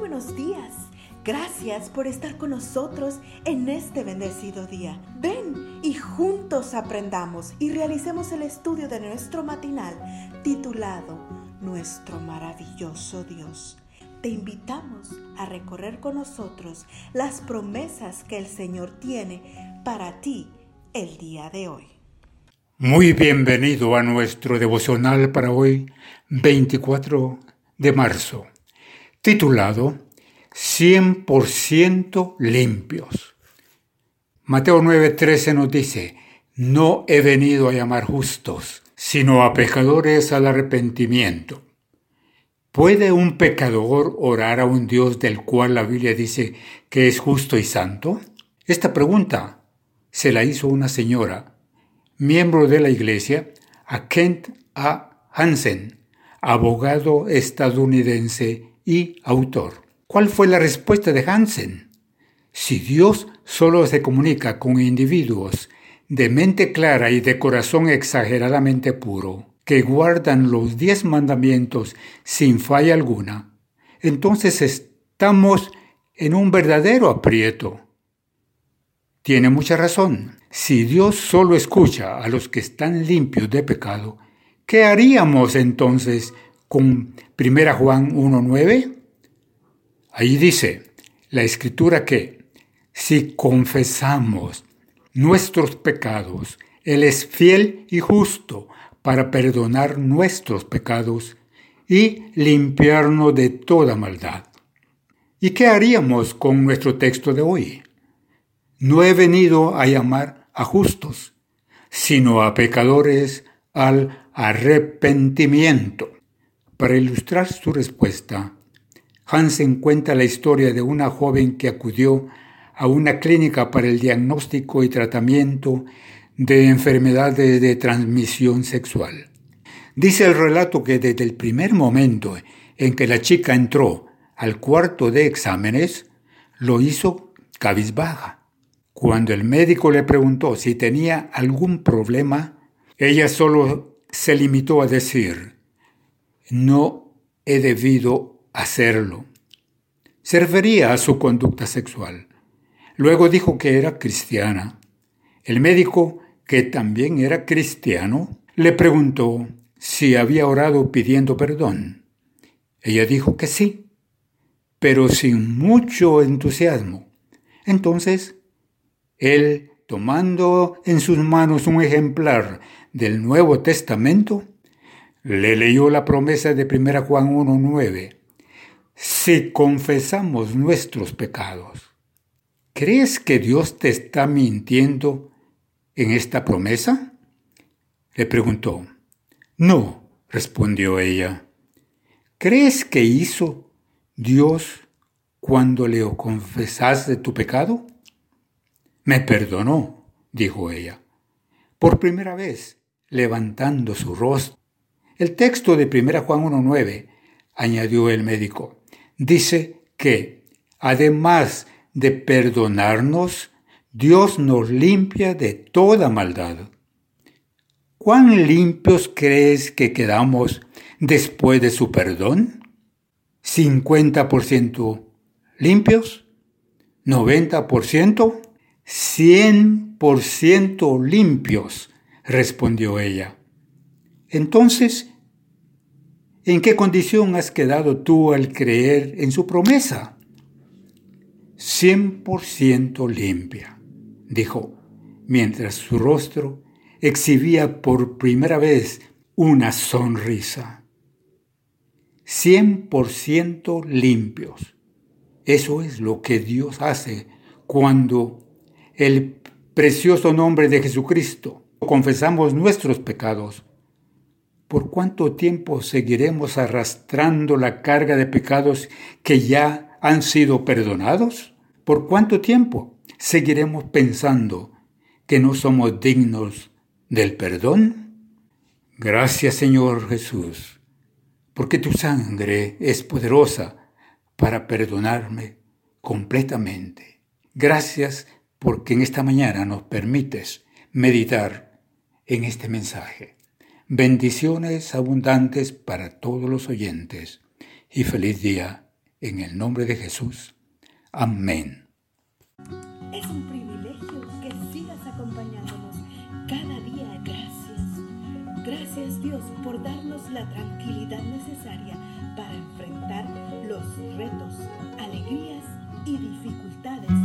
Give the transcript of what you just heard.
buenos días. Gracias por estar con nosotros en este bendecido día. Ven y juntos aprendamos y realicemos el estudio de nuestro matinal titulado Nuestro maravilloso Dios. Te invitamos a recorrer con nosotros las promesas que el Señor tiene para ti el día de hoy. Muy bienvenido a nuestro devocional para hoy, 24 de marzo, titulado 100% limpios. Mateo 9:13 nos dice: no he venido a llamar justos, sino a pecadores al arrepentimiento. ¿Puede un pecador orar a un Dios del cual la Biblia dice que es justo y santo? Esta pregunta se la hizo una señora, miembro de la iglesia, a Kent A. Hansen, abogado estadounidense y autor. ¿Cuál fue la respuesta de Hansen? Si Dios solo se comunica con individuos de mente clara y de corazón exageradamente puro, que guardan los 10 mandamientos sin falla alguna, entonces estamos en un verdadero aprieto. Tiene mucha razón. Si Dios solo escucha a los que están limpios de pecado, ¿qué haríamos entonces con 1 Juan 1:9? Ahí dice la Escritura que si confesamos nuestros pecados, Él es fiel y justo para perdonar nuestros pecados y limpiarnos de toda maldad. ¿Y qué haríamos con nuestro texto de hoy? No he venido a llamar a justos, sino a pecadores al arrepentimiento. Para ilustrar su respuesta, Hansen cuenta la historia de una joven que acudió a una clínica para el diagnóstico y tratamiento de enfermedades de transmisión sexual. Dice el relato que desde el primer momento en que la chica entró al cuarto de exámenes, lo hizo cabizbaja. Cuando el médico le preguntó si tenía algún problema, ella solo se limitó a decir: no he debido hacerlo. Se refería a su conducta sexual. Luego dijo que era cristiana. El médico, que también era cristiano, le preguntó si había orado pidiendo perdón. Ella dijo que sí, pero sin mucho entusiasmo. Entonces, él, tomando en sus manos un ejemplar del Nuevo Testamento, le leyó la promesa de 1 Juan 1:9. Si confesamos nuestros pecados, ¿crees que Dios te está mintiendo en esta promesa? Le preguntó. No, respondió ella. ¿Crees que hizo Dios cuando le confesaste tu pecado? Me perdonó, dijo ella, por primera vez, levantando su rostro. El texto de 1 Juan 1:9, añadió el médico, dice que, además de perdonarnos, Dios nos limpia de toda maldad. ¿Cuán limpios crees que quedamos después de su perdón? ¿50% limpios? ¿90%? 100% limpios, respondió ella. Entonces, ¿en qué condición has quedado tú al creer en su promesa? 100% limpia, dijo, mientras su rostro exhibía por primera vez una sonrisa. 100% limpios. Eso es lo que Dios hace cuando el precioso nombre de Jesucristo confesamos nuestros pecados. ¿Por cuánto tiempo seguiremos arrastrando la carga de pecados que ya han sido perdonados? ¿Por cuánto tiempo seguiremos pensando que no somos dignos del perdón? Gracias, Señor Jesús, porque tu sangre es poderosa para perdonarme completamente. Gracias porque en esta mañana nos permites meditar en este mensaje. Bendiciones abundantes para todos los oyentes y feliz día En el nombre de Jesús. Amén. Es un privilegio que sigas acompañándonos cada día. Gracias. Gracias, Dios, por darnos la tranquilidad necesaria para enfrentar los retos, alegrías y dificultades